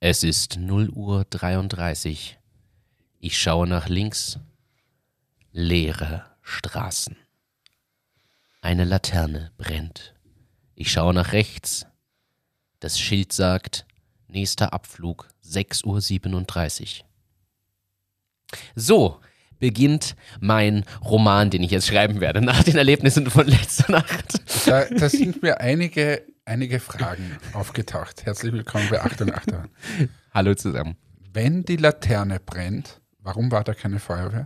Es ist 0:33 Uhr. Ich schaue nach links. Leere Straßen. Eine Laterne brennt. Ich schaue nach rechts. Das Schild sagt, nächster Abflug 6:37 Uhr. So beginnt mein Roman, den ich jetzt schreiben werde, nach den Erlebnissen von letzter Nacht. Da sind mir einige Fragen aufgetaucht. Herzlich willkommen bei Achtung, Achtung. Hallo zusammen. Wenn die Laterne brennt, warum war da keine Feuerwehr?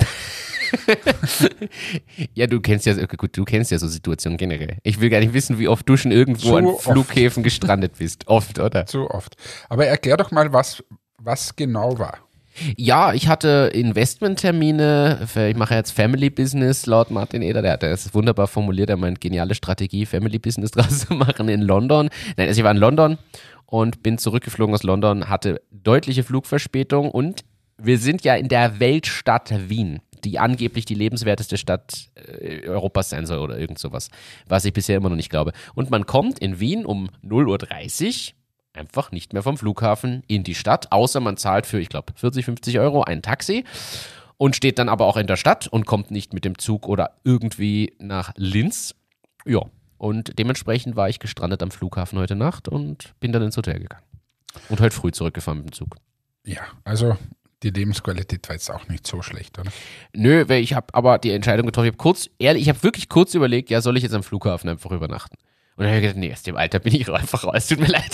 Ja, du kennst ja so Situationen generell. Ich will gar nicht wissen, wie oft du schon irgendwo an Flughäfen gestrandet bist. Oft, oder? Zu oft. Aber erklär doch mal, was genau war. Ja, ich hatte Investmenttermine, ich mache jetzt Family Business laut Martin Eder, der hat das wunderbar formuliert, er meint, geniale Strategie, Family Business draus zu machen in London. Nein, also ich war in London und bin zurückgeflogen aus London, hatte deutliche Flugverspätung und wir sind ja in der Weltstadt Wien, die angeblich die lebenswerteste Stadt Europas sein soll oder irgend sowas, was ich bisher immer noch nicht glaube. Und man kommt in Wien um 0:30 Uhr einfach nicht mehr vom Flughafen in die Stadt, außer man zahlt für, ich glaube, 40, 50 Euro ein Taxi und steht dann aber auch in der Stadt und kommt nicht mit dem Zug oder irgendwie nach Linz. Ja, und dementsprechend war ich gestrandet am Flughafen heute Nacht und bin dann ins Hotel gegangen. Und heute früh zurückgefahren mit dem Zug. Ja, also die Lebensqualität war jetzt auch nicht so schlecht, oder? Nö, weil ich habe aber die Entscheidung getroffen, ich habe wirklich kurz überlegt, ja, soll ich jetzt am Flughafen einfach übernachten? Und dann habe ich gedacht, nee, aus dem Alter bin ich einfach raus. Tut mir leid,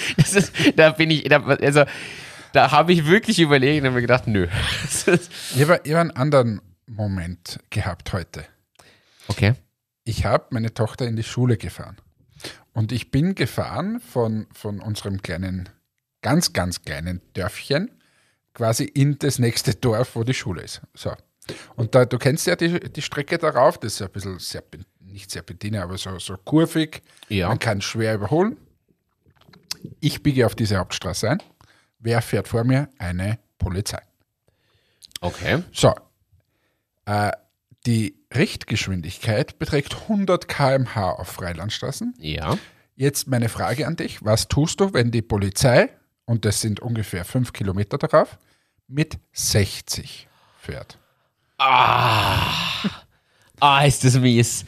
da habe ich wirklich überlegt und habe mir gedacht, nö. Ich habe einen anderen Moment gehabt heute. Okay. Ich habe meine Tochter in die Schule gefahren. Und ich bin gefahren von unserem kleinen, ganz, ganz kleinen Dörfchen quasi in das nächste Dorf, wo die Schule ist. So. Und du kennst ja die Strecke darauf, das ist ein bisschen nicht Serpentine, aber so kurvig. Ja. Man kann schwer überholen. Ich biege auf diese Hauptstraße ein. Wer fährt vor mir? Eine Polizei. Okay. So. Die Richtgeschwindigkeit beträgt 100 km/h auf Freilandstraßen. Ja. Jetzt meine Frage an dich. Was tust du, wenn die Polizei, und das sind ungefähr 5 Kilometer darauf, mit 60 fährt? Ist das mies.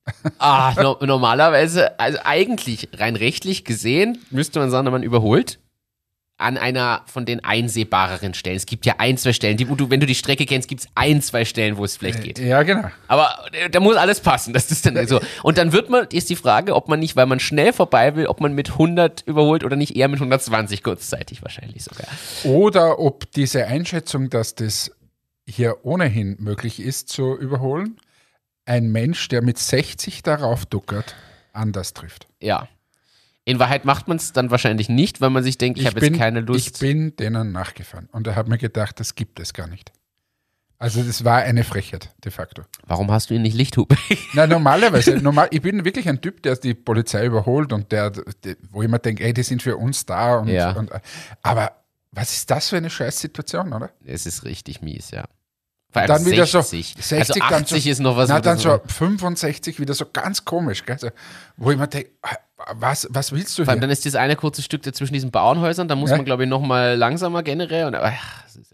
Normalerweise, also eigentlich rein rechtlich gesehen, müsste man sagen, man überholt an einer von den einsehbareren Stellen. Es gibt ja 1, 2 Stellen, wenn du die Strecke kennst, gibt es 1, 2 Stellen, wo es vielleicht geht. Ja, genau. Aber da muss alles passen. Das ist dann so. Und dann ist die Frage, ob man nicht, weil man schnell vorbei will, ob man mit 100 überholt oder nicht eher mit 120 kurzzeitig wahrscheinlich sogar. Oder ob diese Einschätzung, dass das hier ohnehin möglich ist zu überholen, ein Mensch, der mit 60 darauf duckert, anders trifft. Ja. In Wahrheit macht man es dann wahrscheinlich nicht, weil man sich denkt, ich habe jetzt keine Lust. Ich bin denen nachgefahren und er hat mir gedacht, das gibt es gar nicht. Also das war eine Frechheit, de facto. Warum hast du ihn nicht Lichthupe? Na, normalerweise, ich bin wirklich ein Typ, der die Polizei überholt und wo ich mir denke, ey, die sind für uns da. Aber was ist das für eine Scheißsituation, oder? Es ist richtig mies, ja. Vor allem Dann 60. wieder so 60, also 80 ist noch was. Na, dann so 65 wieder so ganz komisch, gell? Also, wo ich mir denke, was willst du Vor allem hier? dann ist das eine kurze Stück zwischen diesen Bauernhäusern, da muss man, glaube ich, nochmal langsamer generell. Und, das ist ja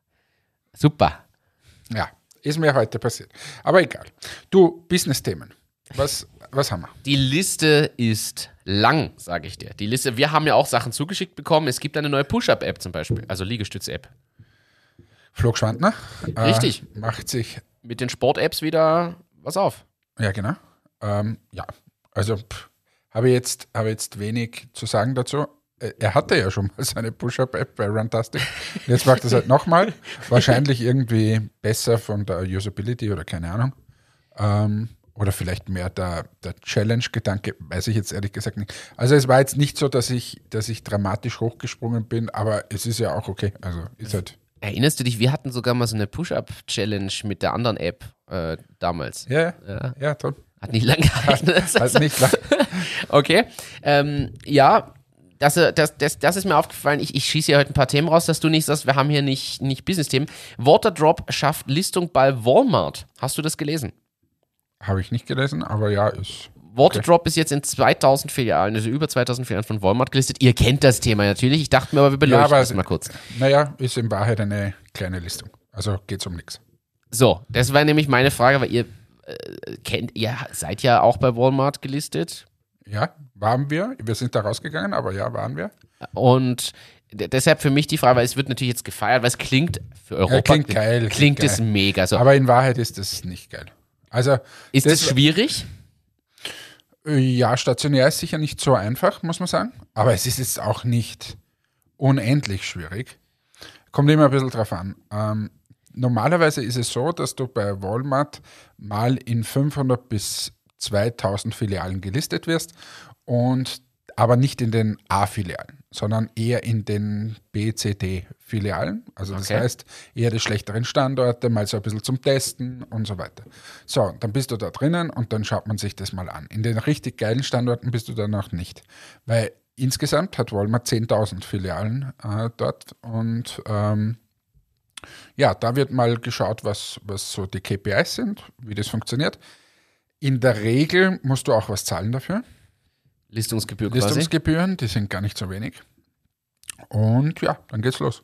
super. Ja, ist mir heute passiert. Aber egal. Du, Business-Themen. Was haben wir? Die Liste ist lang, sage ich dir. Wir haben ja auch Sachen zugeschickt bekommen. Es gibt eine neue Push-Up-App zum Beispiel, also Liegestütz-App. Flo Gschwandner. Richtig. Macht sich mit den Sport-Apps wieder was auf. Ja, genau. Ja, also habe jetzt wenig zu sagen dazu. Er hatte ja schon mal seine Push-Up-App bei Runtastic. Jetzt macht er es halt nochmal. Wahrscheinlich irgendwie besser von der Usability oder keine Ahnung. Oder vielleicht mehr der Challenge-Gedanke, weiß ich jetzt ehrlich gesagt nicht. Also es war jetzt nicht so, dass ich dramatisch hochgesprungen bin, aber es ist ja auch okay. Also ist halt. Erinnerst du dich, wir hatten sogar mal so eine Push-Up-Challenge mit der anderen App damals. Ja, toll. Hat nicht lang gehalten. Hat nicht lang. Okay. Ja, das ist mir aufgefallen. Ich schieße hier heute ein paar Themen raus, dass du nicht sagst, wir haben hier nicht Business-Themen. Waterdrop schafft Listung bei Walmart. Hast du das gelesen? Habe ich nicht gelesen, aber ja, ist. Waterdrop ist jetzt in 2000 Filialen, also über 2000 Filialen von Walmart gelistet. Ihr kennt das Thema natürlich. Ich dachte mir aber, wir beleuchten das mal kurz. Naja, ist in Wahrheit eine kleine Listung. Also geht es um nichts. So, das war nämlich meine Frage, weil ihr seid ja auch bei Walmart gelistet. Ja, waren wir. Wir sind da rausgegangen, aber ja, waren wir. Und deshalb für mich die Frage, weil es wird natürlich jetzt gefeiert, weil es klingt für Europa. Ja, klingt geil. Klingt es mega. So. Aber in Wahrheit ist das nicht geil. Also, ist das schwierig? Ja, stationär ist sicher nicht so einfach, muss man sagen. Aber es ist jetzt auch nicht unendlich schwierig. Kommt immer ein bisschen drauf an. Normalerweise ist es so, dass du bei Walmart mal in 500 bis 2000 Filialen gelistet wirst, aber nicht in den A-Filialen, sondern eher in den B, C, D-Filialen. Also das heißt, eher die schlechteren Standorte, mal so ein bisschen zum Testen und so weiter. So, dann bist du da drinnen und dann schaut man sich das mal an. In den richtig geilen Standorten bist du dann noch nicht, weil insgesamt hat Walmart 10.000 Filialen dort und ja, da wird mal geschaut, was so die KPIs sind, wie das funktioniert. In der Regel musst du auch was zahlen dafür. Listungsgebühren, die sind gar nicht so wenig. Und ja, dann geht's los.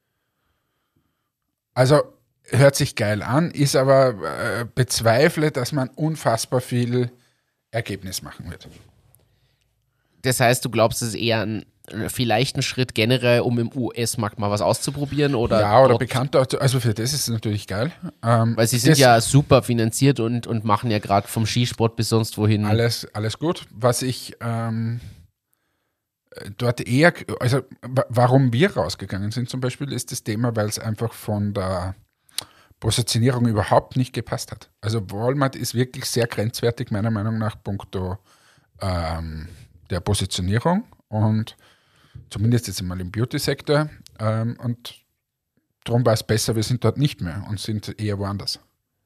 Also hört sich geil an, ist aber bezweifle, dass man unfassbar viel Ergebnis machen wird. Das heißt, du glaubst, es ist eher vielleicht ein Schritt generell, um im US-Markt mal was auszuprobieren? Oder ja, oder bekannter. Also für das ist es natürlich geil. Weil sie sind ja super finanziert und machen ja gerade vom Skisport bis sonst wohin. Alles gut. Was ich dort eher, also warum wir rausgegangen sind zum Beispiel, ist das Thema, weil es einfach von der Positionierung überhaupt nicht gepasst hat. Also Walmart ist wirklich sehr grenzwertig, meiner Meinung nach, punkto der Positionierung und zumindest jetzt einmal im Beauty-Sektor. Und darum war es besser, wir sind dort nicht mehr und sind eher woanders.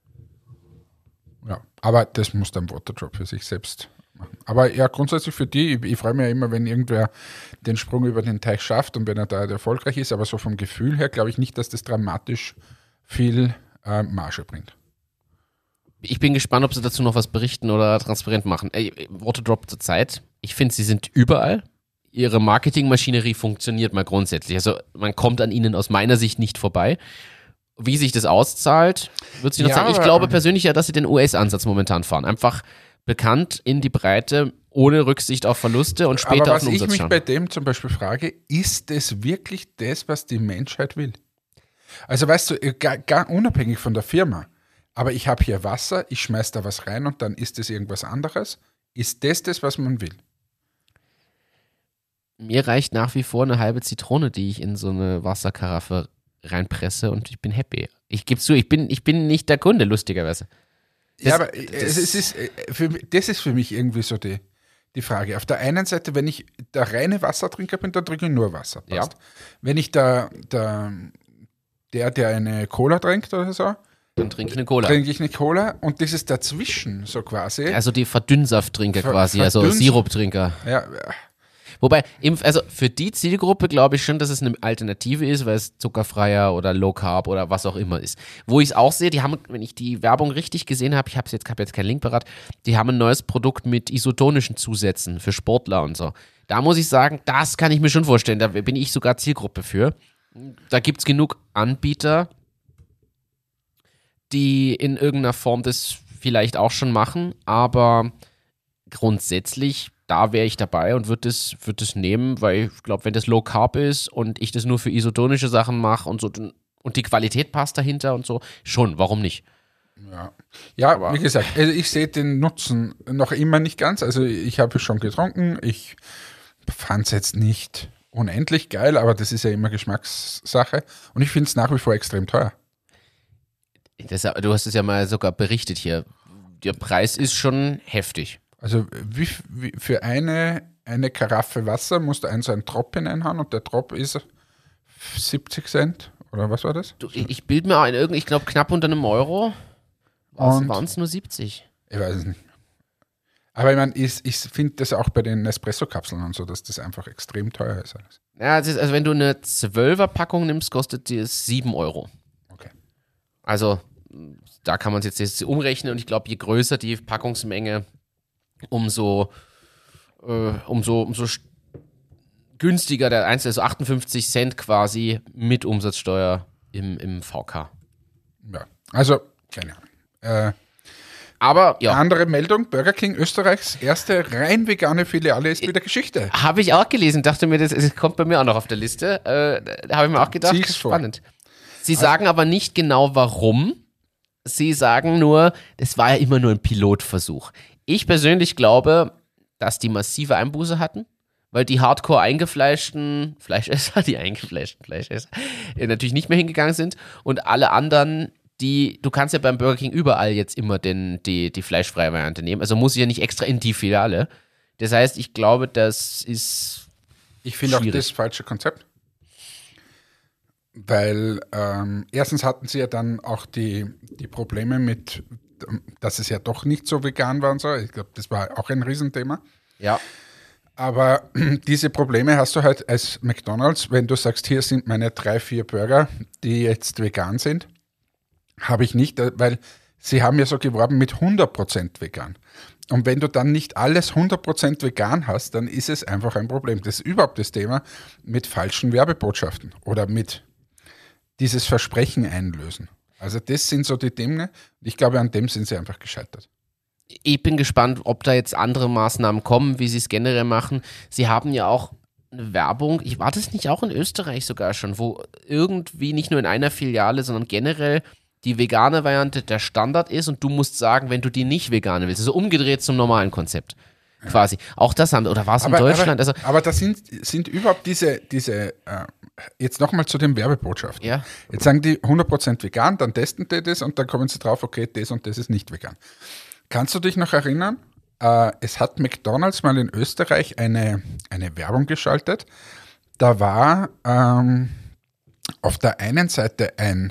Ja, aber das muss dann Waterdrop für sich selbst machen. Aber ja, grundsätzlich für die, ich freue mich ja immer, wenn irgendwer den Sprung über den Teich schafft und wenn er da erfolgreich ist, aber so vom Gefühl her glaube ich nicht, dass das dramatisch viel Marge bringt. Ich bin gespannt, ob sie dazu noch was berichten oder transparent machen. Waterdrop zur Zeit, ich finde, sie sind überall. Ihre Marketingmaschinerie funktioniert mal grundsätzlich. Also man kommt an ihnen aus meiner Sicht nicht vorbei. Wie sich das auszahlt, wird sich noch zeigen. Ich glaube persönlich ja, dass sie den US-Ansatz momentan fahren. Einfach bekannt in die Breite, ohne Rücksicht auf Verluste und später auf den Umsatz schauen. Was ich mich bei dem zum Beispiel frage, ist das wirklich das, was die Menschheit will? Also weißt du, gar unabhängig von der Firma, aber ich habe hier Wasser, ich schmeiß da was rein und dann ist das irgendwas anderes. Ist das, was man will? Mir reicht nach wie vor eine halbe Zitrone, die ich in so eine Wasserkaraffe reinpresse und ich bin happy. Ich gebe zu, ich bin nicht der Kunde, lustigerweise. Das ist für mich irgendwie so die Frage. Auf der einen Seite, wenn ich der reine Wassertrinker bin, dann trinke ich nur Wasser. Passt. Ja. Wenn ich der eine Cola trinkt oder so, dann trinke ich eine Cola. Und das ist dazwischen so quasi. Also die Verdünnsafttrinker quasi, also Siruptrinker. Ja. Wobei, also für die Zielgruppe glaube ich schon, dass es eine Alternative ist, weil es zuckerfreier oder Low Carb oder was auch immer ist. Wo ich es auch sehe, die haben, wenn ich die Werbung richtig gesehen habe, ich habe jetzt keinen Link parat, die haben ein neues Produkt mit isotonischen Zusätzen für Sportler und so. Da muss ich sagen, das kann ich mir schon vorstellen, da bin ich sogar Zielgruppe für. Da gibt es genug Anbieter, die in irgendeiner Form das vielleicht auch schon machen, aber grundsätzlich da wäre ich dabei und würde das nehmen, weil ich glaube, wenn das Low Carb ist und ich das nur für isotonische Sachen mache und so und die Qualität passt dahinter und so, schon, warum nicht? Ja, aber wie gesagt, also ich sehe den Nutzen noch immer nicht ganz. Also ich habe es schon getrunken, ich fand es jetzt nicht unendlich geil, aber das ist ja immer Geschmackssache und ich finde es nach wie vor extrem teuer. Du hast es ja mal sogar berichtet hier. Der Preis ist schon heftig. Also wie für eine Karaffe Wasser musst du so einen Drop hineinhauen und der Drop ist 70 Cent oder was war das? Ich bilde mir ein, ich glaube knapp unter einem Euro. Waren es nur 70? Ich weiß es nicht. Aber ich meine, ich finde das auch bei den Espresso-Kapseln und so, dass das einfach extrem teuer ist alles. Ja, also wenn du eine 12er-Packung nimmst, kostet die 7 Euro. Okay. Also da kann man es jetzt umrechnen und ich glaube, je größer die Packungsmenge, umso günstiger der Einzelne, also 58 Cent quasi mit Umsatzsteuer im VK. Ja, also, keine Ahnung. Aber ja. Andere Meldung, Burger King Österreichs erste rein vegane Filiale ist wieder Geschichte. Habe ich auch gelesen, dachte mir, das kommt bei mir auch noch auf der Liste. Da habe ich mir auch gedacht, spannend. Sie sagen aber nicht genau warum. Sie sagen nur, das war ja immer nur ein Pilotversuch. Ich persönlich glaube, dass die massive Einbuße hatten, weil die hardcore eingefleischten Fleischesser natürlich nicht mehr hingegangen sind und alle anderen, du kannst ja beim Burger King überall jetzt immer die fleischfreie Variante nehmen, also muss ich ja nicht extra in die Filiale. Das heißt, ich glaube, das ist Ich finde auch das falsche Konzept, weil erstens hatten sie ja dann auch die Probleme mit, dass es ja doch nicht so vegan war und so. Ich glaube, das war auch ein Riesenthema. Ja. Aber diese Probleme hast du halt als McDonald's, wenn du sagst, hier sind meine 3-4 Burger, die jetzt vegan sind, habe ich nicht, weil sie haben ja so geworben mit 100% vegan. Und wenn du dann nicht alles 100% vegan hast, dann ist es einfach ein Problem. Das ist überhaupt das Thema mit falschen Werbebotschaften oder mit dieses Versprechen einlösen. Also das sind so die Dinge. Ich glaube, an dem sind sie einfach gescheitert. Ich bin gespannt, ob da jetzt andere Maßnahmen kommen, wie sie es generell machen. Sie haben ja auch eine Werbung, war das nicht auch in Österreich sogar schon, wo irgendwie nicht nur in einer Filiale, sondern generell die vegane Variante der Standard ist und du musst sagen, wenn du die nicht vegane willst, also umgedreht zum normalen Konzept. Quasi. Auch das haben, oder war es in Deutschland? Aber das sind überhaupt diese jetzt nochmal zu den Werbebotschaften. Ja. Jetzt sagen die 100% vegan, dann testen die das und dann kommen sie drauf, okay, das und das ist nicht vegan. Kannst du dich noch erinnern? Es hat McDonald's mal in Österreich eine Werbung geschaltet. Da war auf der einen Seite ein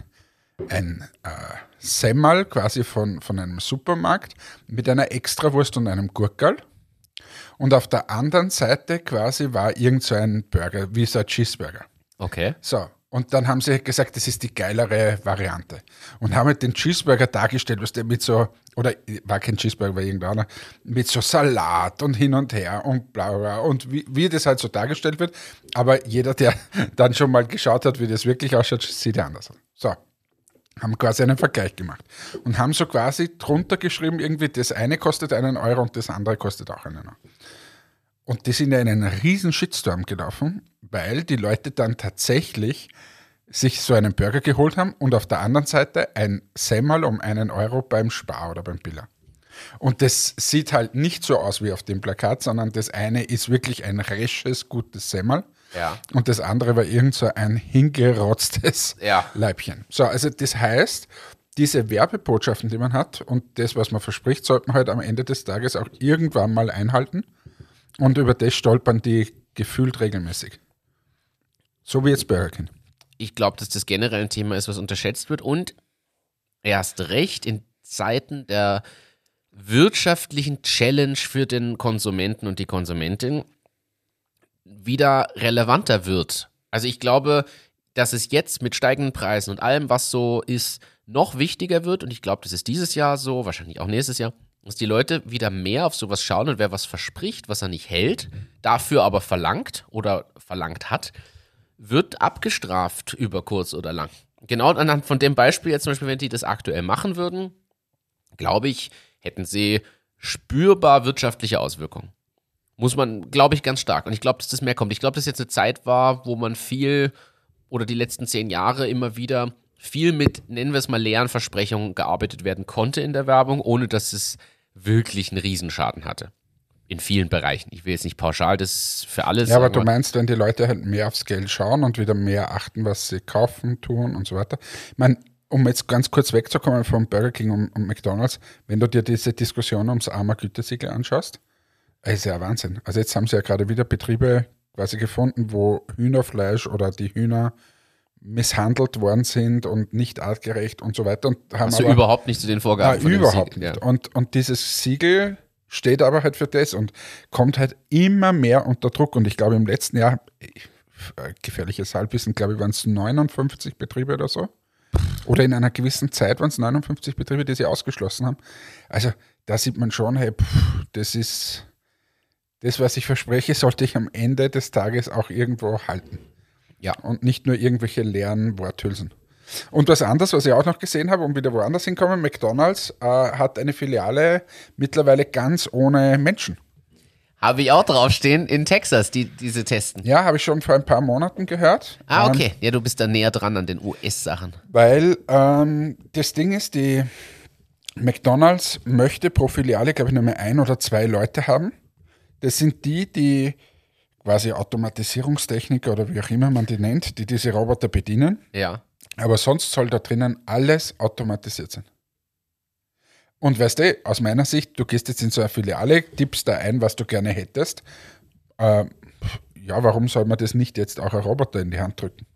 Semmel quasi von einem Supermarkt mit einer Extrawurst und einem Gurkerl. Und auf der anderen Seite quasi war irgend so ein Burger, wie so ein Cheeseburger. Okay. So, und dann haben sie gesagt, das ist die geilere Variante. Und haben halt den Cheeseburger dargestellt, was der mit so, oder war kein Cheeseburger, war irgendeiner, mit so Salat und hin und her und bla bla. Und wie das halt so dargestellt wird. Aber jeder, der dann schon mal geschaut hat, wie das wirklich ausschaut, sieht ja anders aus. So, haben quasi einen Vergleich gemacht. Und haben so quasi drunter geschrieben, irgendwie das eine kostet 1 Euro und das andere kostet auch 1 Euro. Und die sind ja in einen riesen Shitstorm gelaufen, weil die Leute dann tatsächlich sich so einen Burger geholt haben und auf der anderen Seite ein Semmel um 1 Euro beim Spar oder beim Billa. Und das sieht halt nicht so aus wie auf dem Plakat, sondern das eine ist wirklich ein resches, gutes Semmel. Ja. Und das andere war irgend so ein hingerotztes Leibchen. So, also das heißt, diese Werbebotschaften, die man hat und das, was man verspricht, sollte man halt am Ende des Tages auch irgendwann mal einhalten. Und über das stolpern die gefühlt regelmäßig. So wie jetzt Burger King. Ich glaube, dass das generell ein Thema ist, was unterschätzt wird und erst recht in Zeiten der wirtschaftlichen Challenge für den Konsumenten und die Konsumentin wieder relevanter wird. Also ich glaube, dass es jetzt mit steigenden Preisen und allem, was so ist, noch wichtiger wird und ich glaube, das ist dieses Jahr so, wahrscheinlich auch nächstes Jahr, dass die Leute wieder mehr auf sowas schauen und wer was verspricht, was er nicht hält, dafür aber verlangt oder verlangt hat, wird abgestraft über kurz oder lang. Genau anhand von dem Beispiel jetzt zum Beispiel, wenn die das aktuell machen würden, glaube ich, hätten sie spürbar wirtschaftliche Auswirkungen. Muss man, glaube ich, ganz stark. Und ich glaube, dass das mehr kommt. Ich glaube, dass jetzt eine Zeit war, wo man viel oder die letzten 10 Jahre immer wieder viel mit, nennen wir es mal, leeren Versprechungen gearbeitet werden konnte in der Werbung, ohne dass es wirklich einen Riesenschaden hatte. In vielen Bereichen. Ich will jetzt nicht pauschal das für alles sagen. Ja, aber du meinst, wenn die Leute halt mehr aufs Geld schauen und wieder mehr achten, was sie kaufen, tun und so weiter. Ich meine, um jetzt ganz kurz wegzukommen vom Burger King und McDonald's, wenn du dir diese Diskussion ums AMA-Gütesiegel anschaust, ist ja Wahnsinn. Also jetzt haben sie ja gerade wieder Betriebe quasi gefunden, wo Hühnerfleisch oder die Hühner misshandelt worden sind und nicht artgerecht und so weiter. Und haben also überhaupt nicht zu den Vorgaben von überhaupt Siegel, nicht. Ja. Und dieses Siegel steht aber halt für das und kommt halt immer mehr unter Druck. Und ich glaube, im letzten Jahr, gefährliches Halbwissen, glaube ich, waren es 59 Betriebe oder so, Oder in einer gewissen Zeit waren es 59 Betriebe, die sie ausgeschlossen haben. Also da sieht man schon, hey, das ist das, was ich verspreche, sollte ich am Ende des Tages auch irgendwo halten. Ja. Und nicht nur irgendwelche leeren Worthülsen. Und was anderes, was ich auch noch gesehen habe, um wieder woanders hinkommen, McDonald's hat eine Filiale mittlerweile ganz ohne Menschen. Habe ich auch draufstehen in Texas, diese testen. Ja, habe ich schon vor ein paar Monaten gehört. Ah, okay. Ja, du bist da näher dran an den US-Sachen. Weil das Ding ist, die McDonald's möchte pro Filiale, glaube ich, nur mehr 1 oder 2 Leute haben. Das sind die quasi Automatisierungstechniker oder wie auch immer man die nennt, die diese Roboter bedienen. Ja. Aber sonst soll da drinnen alles automatisiert sein. Und weißt du, aus meiner Sicht, du gehst jetzt in so eine Filiale, tippst da ein, was du gerne hättest. Ja, warum soll man das nicht jetzt auch ein Roboter in die Hand drücken?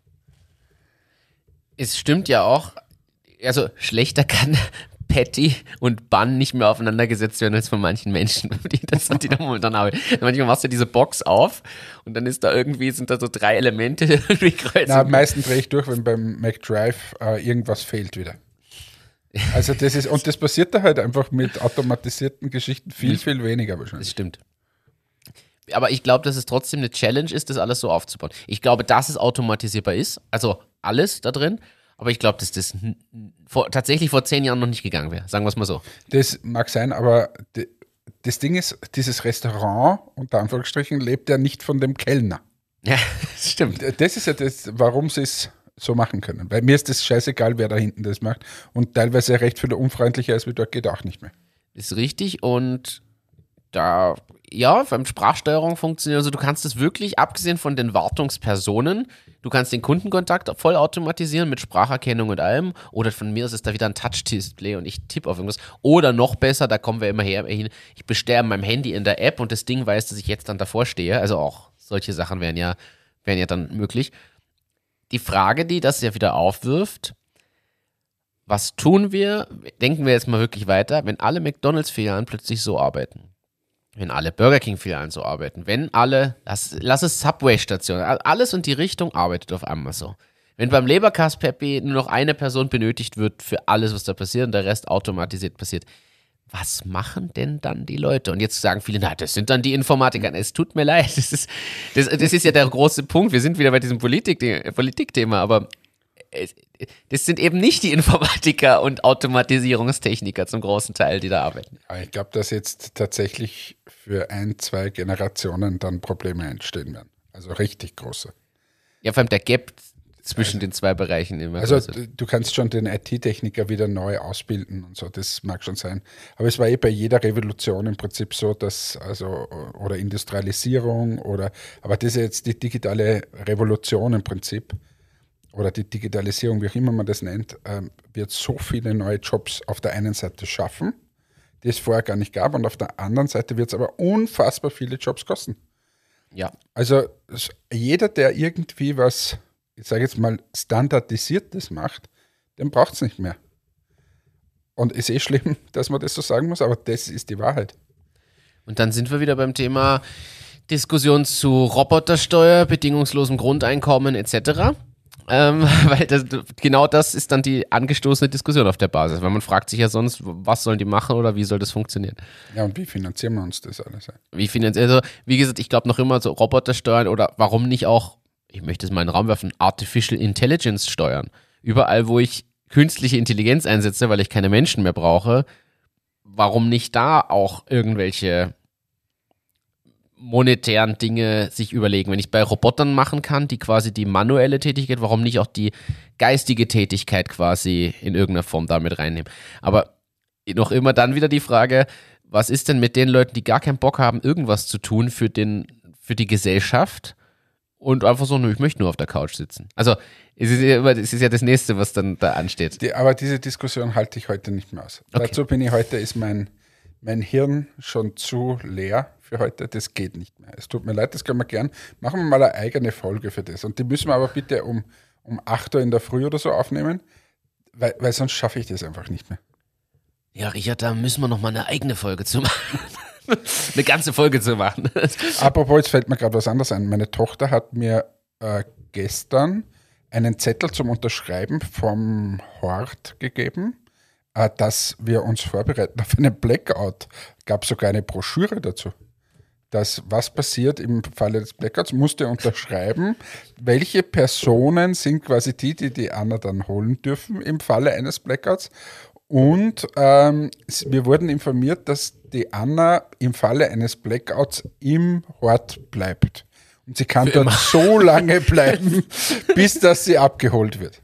Es stimmt ja auch, also schlechter kann Patty und Bun nicht mehr aufeinander gesetzt werden als von manchen Menschen, die da momentan arbeiten. Manchmal machst du diese Box auf und dann sind da so 3 Elemente gekreuzt. Na, am meisten drehe ich durch, wenn beim McDrive irgendwas fehlt wieder. Also das passiert da halt einfach mit automatisierten Geschichten viel weniger wahrscheinlich. Das stimmt. Aber ich glaube, dass es trotzdem eine Challenge ist, das alles so aufzubauen. Ich glaube, dass es automatisierbar ist, also alles da drin. Aber ich glaube, dass das tatsächlich vor 10 Jahren noch nicht gegangen wäre. Sagen wir es mal so. Das mag sein, aber das Ding ist, dieses Restaurant, unter Anführungsstrichen, lebt ja nicht von dem Kellner. Ja, das stimmt. Das ist ja das, warum sie es so machen können. Weil mir ist das scheißegal, wer da hinten das macht. Und teilweise recht viel unfreundlicher als wie dort geht auch nicht mehr. Ist richtig und da, ja, beim Sprachsteuerung funktioniert, also du kannst es wirklich, abgesehen von den Wartungspersonen, du kannst den Kundenkontakt voll automatisieren mit Spracherkennung und allem, oder von mir aus ist da wieder ein Touch-Display und ich tippe auf irgendwas, oder noch besser, da kommen wir immer hin, ich bestelle an meinem Handy in der App und das Ding weiß, dass ich jetzt dann davor stehe, also auch solche Sachen wären ja dann möglich. Die Frage, die das ja wieder aufwirft, was tun wir, denken wir jetzt mal wirklich weiter, wenn alle McDonalds-Filialen plötzlich so arbeiten? Wenn alle Burger King-Filialen so arbeiten, wenn alle, lass es Subway-Stationen, alles in die Richtung arbeitet auf einmal so. Wenn beim Leberkas nur noch eine Person benötigt wird für alles, was da passiert und der Rest automatisiert passiert, was machen denn dann die Leute? Und jetzt sagen viele, na, das sind dann die Informatiker. Es tut mir leid, das ist ja der große Punkt. Wir sind wieder bei diesem Politikthema, aber das sind eben nicht die Informatiker und Automatisierungstechniker zum großen Teil, die da arbeiten. Ja, ich glaube, dass jetzt tatsächlich für 1, 2 Generationen dann Probleme entstehen werden. Also richtig große. Ja, vor allem der Gap zwischen den 2 Bereichen immer. Also du kannst schon den IT-Techniker wieder neu ausbilden und so, das mag schon sein. Aber es war bei jeder Revolution im Prinzip so, dass, oder Industrialisierung aber das ist jetzt die digitale Revolution im Prinzip, oder die Digitalisierung, wie auch immer man das nennt, wird so viele neue Jobs auf der einen Seite schaffen, die es vorher gar nicht gab, und auf der anderen Seite wird es aber unfassbar viele Jobs kosten. Ja. Also jeder, der irgendwie was, ich sage jetzt mal, Standardisiertes macht, den braucht es nicht mehr. Und ist schlimm, dass man das so sagen muss, aber das ist die Wahrheit. Und dann sind wir wieder beim Thema Diskussion zu Robotersteuer, bedingungslosem Grundeinkommen etc., weil genau das ist dann die angestoßene Diskussion auf der Basis, weil man fragt sich ja sonst, was sollen die machen oder wie soll das funktionieren? Ja, und wie finanzieren wir uns das alles? Also, wie gesagt, ich glaube noch immer so Robotersteuern oder warum nicht auch, ich möchte es mal in den Raum werfen, Artificial Intelligence steuern. Überall, wo ich künstliche Intelligenz einsetze, weil ich keine Menschen mehr brauche, warum nicht da auch irgendwelche monetären Dinge sich überlegen. Wenn ich bei Robotern machen kann, die quasi die manuelle Tätigkeit, warum nicht auch die geistige Tätigkeit quasi in irgendeiner Form damit reinnehmen? Aber noch immer dann wieder die Frage, was ist denn mit den Leuten, die gar keinen Bock haben, irgendwas zu tun für die Gesellschaft und einfach so, ich möchte nur auf der Couch sitzen. Also es ist ja das Nächste, was dann da ansteht. Aber diese Diskussion halte ich heute nicht mehr aus. Okay. Dazu ist mein Hirn schon zu leer für heute, das geht nicht mehr. Es tut mir leid, das können wir gern. Machen wir mal eine eigene Folge für das. Und die müssen wir aber bitte um 8 Uhr in der Früh oder so aufnehmen, weil sonst schaffe ich das einfach nicht mehr. Ja, Richard, da müssen wir noch mal eine eigene Folge zu machen. Eine ganze Folge zu machen. Apropos, jetzt fällt mir gerade was anderes ein. Meine Tochter hat mir gestern einen Zettel zum Unterschreiben vom Hort gegeben, dass wir uns vorbereiten auf einen Blackout. Gab sogar eine Broschüre dazu. Was passiert im Falle des Blackouts, musste unterschreiben, welche Personen sind quasi die Anna dann holen dürfen im Falle eines Blackouts. Und wir wurden informiert, dass die Anna im Falle eines Blackouts im Hort bleibt. Und sie kann dort so lange bleiben, bis dass sie abgeholt wird.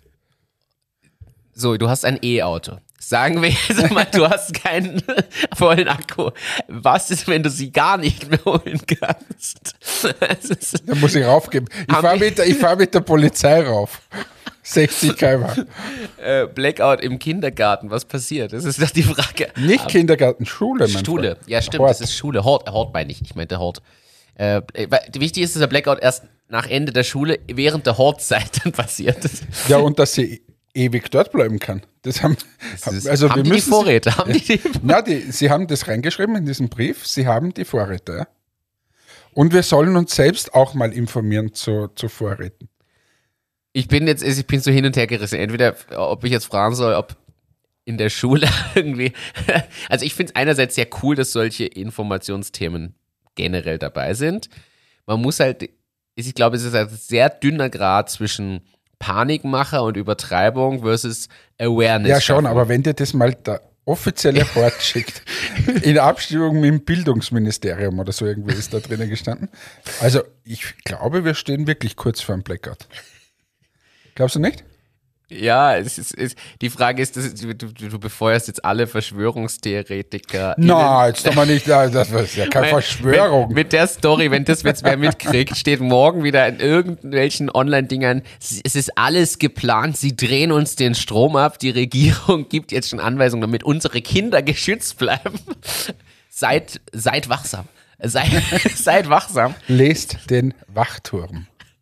So, du hast ein E-Auto. Sagen wir jetzt mal, du hast keinen vollen Akku. Was ist, wenn du sie gar nicht mehr holen kannst? Da muss ich raufgeben. Ich fahr mit der Polizei rauf. 60 km/h. Blackout im Kindergarten, was passiert? Das ist doch die Frage. Nicht Kindergarten, Schule, mein Schule, Freund. ja stimmt, Hort. Das ist Schule. Hort meine ich meinte Hort. Wichtig ist, dass der Blackout erst nach Ende der Schule, während der Hortzeit dann passiert. Ja, und dass sie ewig dort bleiben kann. Haben die Vorräte? Sie haben das reingeschrieben in diesem Brief, sie haben die Vorräte. Ja? Und wir sollen uns selbst auch mal informieren zu Vorräten. Ich bin so hin und her gerissen. Entweder, ob ich jetzt fragen soll, ob in der Schule irgendwie, also ich finde es einerseits sehr cool, dass solche Informationsthemen generell dabei sind. Man muss halt, ich glaube, es ist ein sehr dünner Grad zwischen Panikmacher und Übertreibung versus Awareness. Ja, schon, aber wenn dir das mal der offizielle Hort schickt, in Abstimmung mit dem Bildungsministerium oder so irgendwie ist da drinnen gestanden. Also ich glaube, wir stehen wirklich kurz vor einem Blackout. Glaubst du nicht? Ja, die Frage ist, du befeuerst jetzt alle Verschwörungstheoretiker. Nein, jetzt doch mal nicht, das ist ja keine Verschwörung. Mit der Story, wenn das jetzt wer mitkriegt, steht morgen wieder in irgendwelchen Online-Dingern, es ist alles geplant, sie drehen uns den Strom ab, die Regierung gibt jetzt schon Anweisungen, damit unsere Kinder geschützt bleiben. Seid wachsam. Seid wachsam. Lest den Wachturm.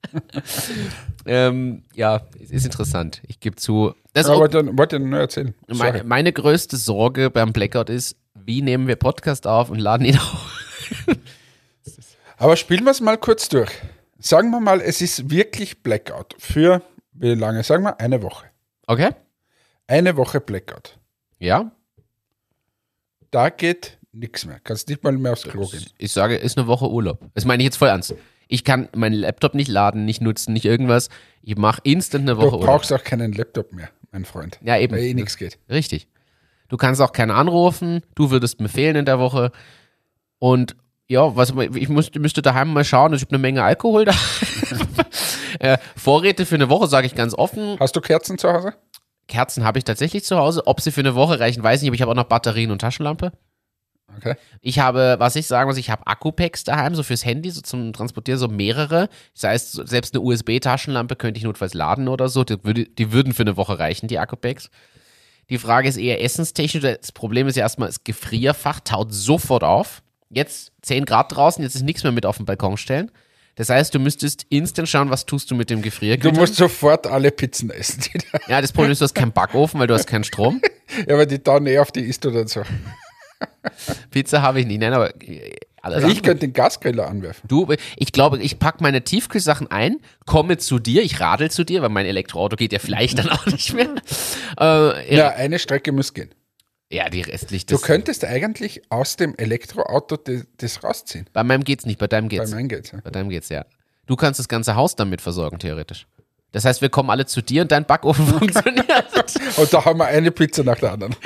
Ja, es ist interessant. Ich gebe zu. Wollte ich nur erzählen. Meine größte Sorge beim Blackout ist, wie nehmen wir Podcast auf und laden ihn auf? Aber spielen wir es mal kurz durch. Sagen wir mal, es ist wirklich Blackout. Für wie lange? Sagen wir eine Woche. Okay. Eine Woche Blackout. Ja. Da geht nichts mehr. Kannst nicht mal mehr aufs Klo gehen. Ich sage, ist eine Woche Urlaub. Das meine ich jetzt voll ernst. Ich kann meinen Laptop nicht laden, nicht nutzen, nicht irgendwas. Ich mache instant eine Woche Urlaub. Du brauchst auch keinen Laptop mehr, mein Freund. Ja, eben. Weil nichts geht. Richtig. Du kannst auch keinen anrufen. Du würdest mir fehlen in der Woche. Und ja, ich müsste daheim mal schauen. Ich habe eine Menge Alkohol da. Vorräte für eine Woche, sage ich ganz offen. Hast du Kerzen zu Hause? Kerzen habe ich tatsächlich zu Hause. Ob sie für eine Woche reichen, weiß ich nicht. Aber ich habe auch noch Batterien und Taschenlampe. Okay. Ich habe, ich habe Akku-Packs daheim, so fürs Handy, so zum Transportieren, so mehrere. Das heißt, selbst eine USB-Taschenlampe könnte ich notfalls laden oder so. Die würden für eine Woche reichen, die Akku-Packs. Die Frage ist eher essenstechnisch. Das Problem ist ja erstmal, das Gefrierfach taut sofort auf. Jetzt 10 Grad draußen, jetzt ist nichts mehr mit auf den Balkon stellen. Das heißt, du müsstest instant schauen, was tust du mit dem Gefriergütern. Du musst sofort alle Pizzen essen. Ja, das Problem ist, du hast keinen Backofen, weil du hast keinen Strom. Ja, aber die tauen auf, die isst du dann so. Pizza habe ich nicht, nein, aber alles ich könnte den Gasgriller anwerfen. Ich glaube, ich packe meine Tiefkühlsachen ein, komme zu dir, ich radel zu dir, weil mein Elektroauto geht ja vielleicht dann auch nicht mehr. Ja, eine Strecke muss gehen. Ja, die restlich. Du könntest eigentlich aus dem Elektroauto das rausziehen. Bei meinem geht's nicht, bei deinem geht's. Bei meinem geht's, ja. Bei deinem geht's, ja. Du kannst das ganze Haus damit versorgen, theoretisch. Das heißt, wir kommen alle zu dir und dein Backofen funktioniert. Und da haben wir eine Pizza nach der anderen.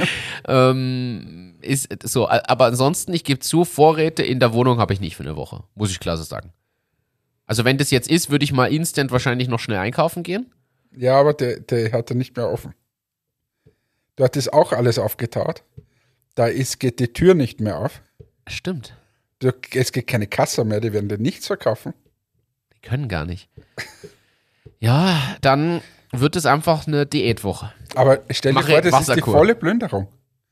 Ist so, aber ansonsten, ich gebe zu, Vorräte in der Wohnung habe ich nicht für eine Woche. Muss ich klar so sagen. Also wenn das jetzt ist, würde ich mal instant wahrscheinlich noch schnell einkaufen gehen. Ja, aber der hat er nicht mehr offen. Dort ist auch alles aufgetaut. Geht die Tür nicht mehr auf. Stimmt. Es geht keine Kasse mehr, die werden dir nichts verkaufen. Die können gar nicht. Ja, dann wird es einfach eine Diätwoche. Aber stell dir vor, das ist die volle Plünderung.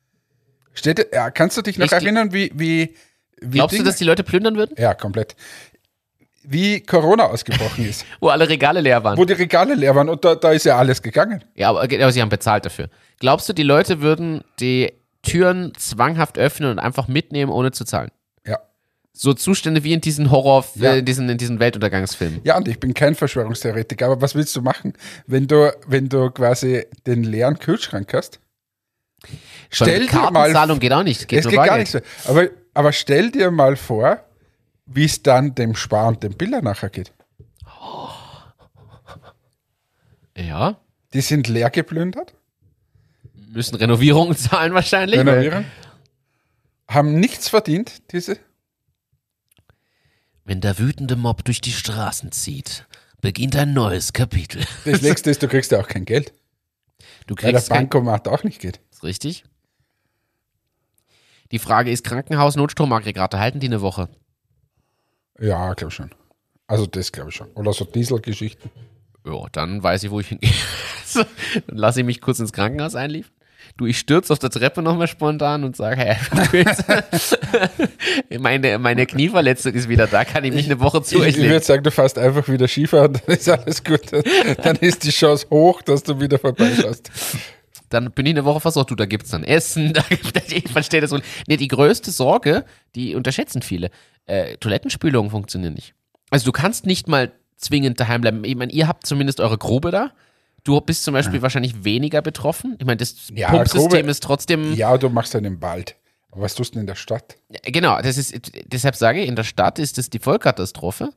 Kannst du dich noch erinnern, wie glaubst du, dass die Leute plündern würden? Ja, komplett. Wie Corona ausgebrochen ist. Wo alle Regale leer waren. Wo die Regale leer waren und da ist ja alles gegangen. Ja, aber sie haben bezahlt dafür. Glaubst du, die Leute würden die Türen zwanghaft öffnen und einfach mitnehmen, ohne zu zahlen? Ja. So Zustände wie in diesen Horror, Ja. in diesen Weltuntergangsfilmen. Ja, und ich bin kein Verschwörungstheoretiker, aber was willst du machen, wenn du quasi den leeren Kühlschrank hast? Stell dir mal, Kartenzahlung geht auch nicht. es nur geht gar Bargeld. nicht so. Aber stell dir mal vor, wie es dann dem Spar und dem Biller nachher geht. Ja, Die sind leer geplündert, müssen Renovierungen zahlen wahrscheinlich. renovieren, haben nichts verdient, diese. Wenn der wütende Mob durch die Straßen zieht, beginnt ein neues Kapitel. Das nächste ist, du kriegst ja auch kein Geld, Du weil der kriegst kein... Bankomat auch nicht geht. Ist richtig. Die Frage ist, Krankenhaus, Notstromaggregate, halten die eine Woche? Ja, glaube schon. Also das glaube ich schon. Oder so Dieselgeschichten. Ja, dann weiß ich, wo ich hingehe. So, dann lasse ich mich kurz ins Krankenhaus einliefern. Du, ich stürze auf der Treppe nochmal spontan und sage, hey, meine Knieverletzung ist wieder da, kann ich mich eine Woche zu euch Ich würde legen. sagen, du fährst einfach wieder Skifahren, dann ist alles gut. Dann ist die Chance hoch, dass du wieder vorbeischaust. Dann bin ich eine Woche versorgt, du, da gibt's dann Essen, ich verstehe das so. Nee, die größte Sorge, die unterschätzen viele, Toilettenspülungen funktionieren nicht. Also du kannst nicht mal zwingend daheim bleiben. Ich meine, ihr habt zumindest eure Grube da. Du bist zum Beispiel wahrscheinlich weniger betroffen. Ich meine, das Ja, Pumpsystem Grube- ist trotzdem... Ja, du machst dann im Wald. Aber was tust du denn in der Stadt? Genau, deshalb sage ich, in der Stadt ist das die Vollkatastrophe.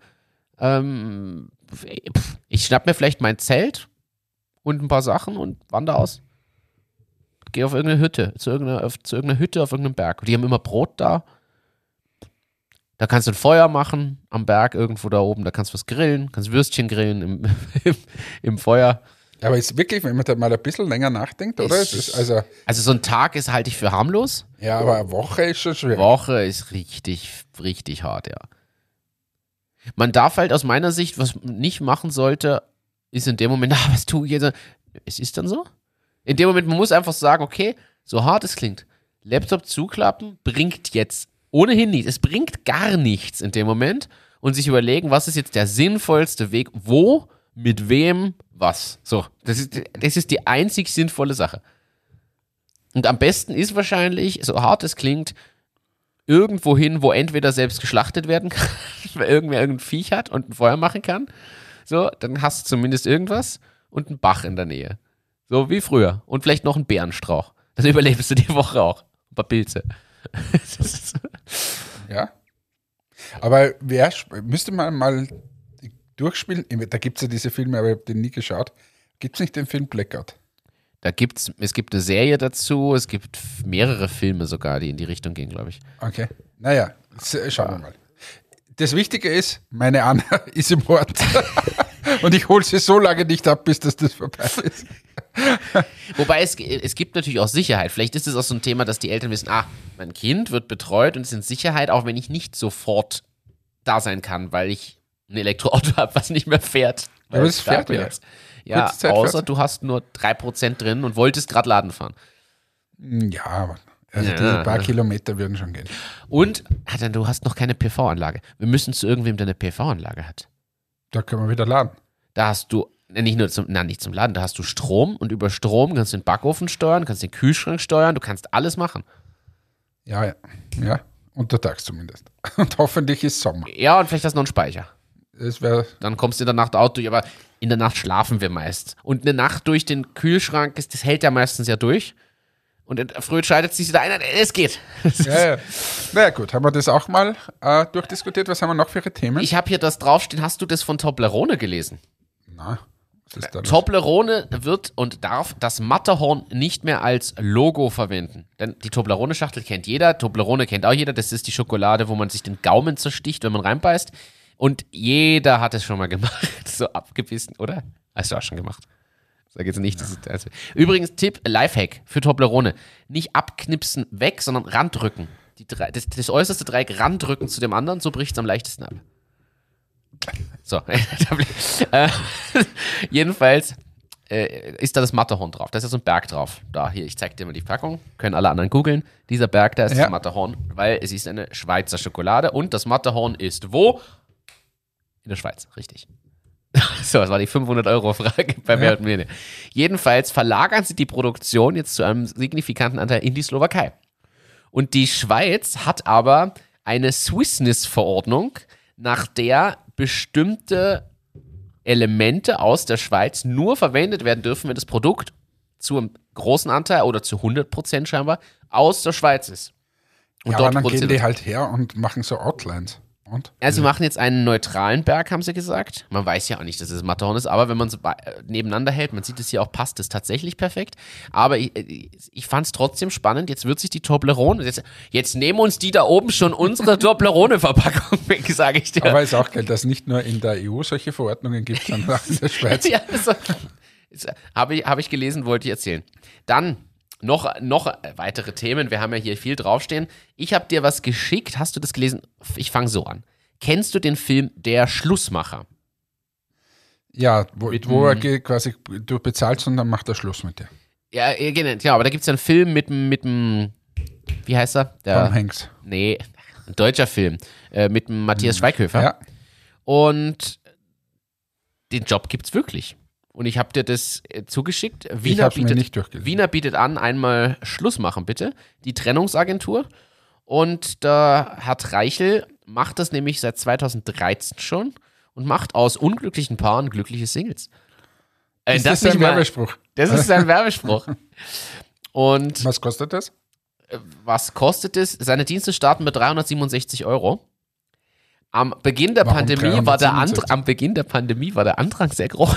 Ich schnapp mir vielleicht mein Zelt und ein paar Sachen und wandere aus. Gehe auf irgendeine Hütte, zu irgendeiner Hütte auf irgendeinem Berg. Die haben immer Brot da. Da kannst du ein Feuer machen am Berg irgendwo da oben. Da kannst du was grillen, kannst Würstchen grillen im Feuer. Aber ist wirklich, wenn man da mal ein bisschen länger nachdenkt, oder? Es ist also, Also so ein Tag ist halte ich für harmlos. ja, aber eine Woche ist schon schwer. Woche ist richtig, richtig hart, ja. Man darf halt aus meiner Sicht, was man nicht machen sollte, ist in dem Moment, was tue ich jetzt? Es ist dann so. In dem Moment, man muss einfach sagen, okay, so hart es klingt, Laptop zuklappen bringt jetzt ohnehin nichts. Es bringt gar nichts in dem Moment und sich überlegen, was ist jetzt der sinnvollste Weg, wo, mit wem, was. So, das ist die einzig sinnvolle Sache. Und am besten ist wahrscheinlich, so hart es klingt, irgendwo hin, wo entweder selbst geschlachtet werden kann, weil irgendwer irgendein Viech hat und ein Feuer machen kann. So, dann hast du zumindest irgendwas und einen Bach in der Nähe. So wie früher. Und vielleicht noch einen Bärenstrauch. Dann überlebst du die Woche auch. Ein paar Pilze. Ja. Aber müsste man mal durchspielen? Da gibt es ja diese Filme, aber ich habe den nie geschaut. Gibt es nicht den Film Blackout? Es gibt eine Serie dazu, es gibt mehrere Filme sogar, die in die Richtung gehen, glaube ich. Okay. Naja, schauen wir mal. Das Wichtige ist, meine Anna ist im Ort. Und ich hole sie so lange nicht ab, bis das vorbei ist. Wobei es gibt natürlich auch Sicherheit. Vielleicht ist es auch so ein Thema, dass die Eltern wissen, mein Kind wird betreut und ist in Sicherheit, auch wenn ich nicht sofort da sein kann, weil ich ein Elektroauto habe, was nicht mehr fährt. Aber es fährt ja. Ja, Kurze Zeit außer fährt. du hast nur 3% drin und wolltest gerade Laden fahren. Ja, aber also Ja. diese paar Kilometer würden schon gehen. Und du hast noch keine PV-Anlage. Wir müssen zu irgendwem, der eine PV-Anlage hat. Da können wir wieder laden. Da hast du nicht zum Laden, da hast du Strom und über Strom kannst du den Backofen steuern, kannst den Kühlschrank steuern, du kannst alles machen. Ja. Untertags zumindest. Und hoffentlich ist Sommer. Ja, und vielleicht hast du noch einen Speicher. Das wäre. Dann kommst du in der Nacht auch durch, aber in der Nacht schlafen wir meist. Und eine Nacht durch den Kühlschrank, das hält ja meistens ja durch. Und früh schaltet sich wieder ein, es geht. Ja. Naja, gut, haben wir das auch mal durchdiskutiert. Was haben wir noch für Themen? Ich habe hier das draufstehen, hast du das von Toblerone gelesen? Na, was ist da los? Toblerone wird und darf das Matterhorn nicht mehr als Logo verwenden. Denn die Toblerone-Schachtel kennt jeder, Toblerone kennt auch jeder, das ist die Schokolade, wo man sich den Gaumen zersticht, wenn man reinbeißt. Und jeder hat es schon mal gemacht, so abgebissen, oder? Hast du auch schon gemacht. Sag jetzt nicht, das ist übrigens Tipp, Lifehack für Toblerone. Nicht abknipsen weg, sondern randrücken. Das äußerste Dreieck randrücken zu dem anderen, so bricht es am leichtesten ab. So. Jedenfalls ist da das Matterhorn drauf. Da ist ja so ein Berg drauf. Da, hier, ich zeig dir mal die Packung. Können alle anderen googeln. Dieser Berg, da ist das Matterhorn, weil es ist eine Schweizer Schokolade und das Matterhorn ist wo? In der Schweiz, richtig. So, das war die 500-Euro-Frage bei Wer und Mene. Jedenfalls verlagern sie die Produktion jetzt zu einem signifikanten Anteil in die Slowakei. Und die Schweiz hat aber eine Swissness-Verordnung, nach der bestimmte Elemente aus der Schweiz nur verwendet werden dürfen, wenn das Produkt zu einem großen Anteil oder zu 100% scheinbar aus der Schweiz ist. Und Ja, dort aber dann produziert gehen die wird. halt her und machen so Outlines. Und? Ja, sie machen jetzt einen neutralen Berg, haben sie gesagt. Man weiß ja auch nicht, dass es Matterhorn ist, aber wenn man es nebeneinander hält, man sieht es hier auch, passt es tatsächlich perfekt. Aber ich fand es trotzdem spannend. Jetzt wird sich die Toblerone, jetzt nehmen uns die da oben schon unsere Toblerone-Verpackung weg, sage ich dir. Aber ist auch geil, dass es nicht nur in der EU solche Verordnungen gibt, sondern auch in der Schweiz. Ja, habe ich gelesen, wollte ich erzählen. Dann noch weitere Themen. Wir haben ja hier viel draufstehen. Ich habe dir was geschickt. Hast du das gelesen? Ich fange so an. Kennst du den Film Der Schlussmacher? Ja, wo er quasi, du bezahlst und dann macht er Schluss mit dir. Ja, genau. Aber da gibt es ja einen Film mit dem, wie heißt er? Tom Hanks. Nee, ein deutscher Film. Mit dem Matthias Schweighöfer. Ja. Und den Job gibt's wirklich. Und ich habe dir das zugeschickt. Ich habe es mir nicht durchgelesen. Wiener bietet an, einmal Schluss machen, bitte. Die Trennungsagentur. Und der Herr Reichel macht das nämlich seit 2013 schon und macht aus unglücklichen Paaren glückliche Singles. Ist das ein Werbespruch? Das ist sein Werbespruch. Und Was kostet das? was kostet es? Seine Dienste starten mit 367 €. Am Beginn der Warum Pandemie 367? war der Andrang sehr groß.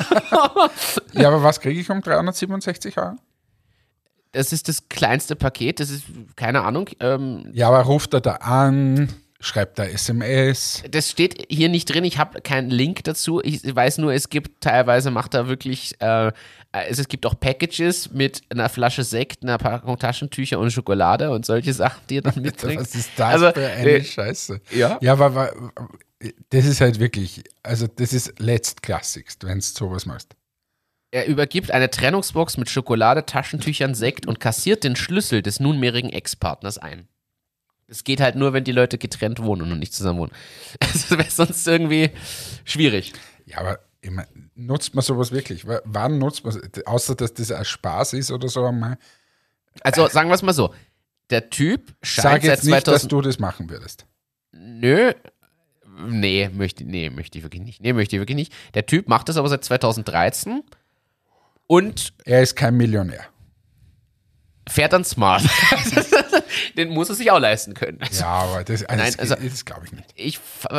Ja, aber was kriege ich um 367 €? Das ist das kleinste Paket, das ist, keine Ahnung. Ja, aber ruft er da an, schreibt er SMS? Das steht hier nicht drin, ich habe keinen Link dazu. Ich weiß nur, es gibt teilweise, macht er wirklich, es gibt auch Packages mit einer Flasche Sekt, einer Packung Taschentücher und Schokolade und solche Sachen, die er dann mitbringt. Was ist das für eine Scheiße? Ja. Ja, aber das ist halt wirklich, also das ist letztklassigst, wenn du sowas machst. Er übergibt eine Trennungsbox mit Schokolade, Taschentüchern, Sekt und kassiert den Schlüssel des nunmehrigen Ex-Partners ein. Es geht halt nur, wenn die Leute getrennt wohnen und nicht zusammen wohnen. Das wäre sonst irgendwie schwierig. Ja, aber ich mein, nutzt man sowas wirklich? Wann nutzt man es? Außer, dass das ein Spaß ist oder so einmal. Also sagen wir es mal so, der Typ Sag scheint seit jetzt nicht, 2000... dass du das machen würdest. Nö. Möchte ich wirklich nicht. Der Typ macht das aber seit 2013 und Er ist kein Millionär. fährt dann smart. Den muss er sich auch leisten können. Also, Ja, aber das glaube ich nicht.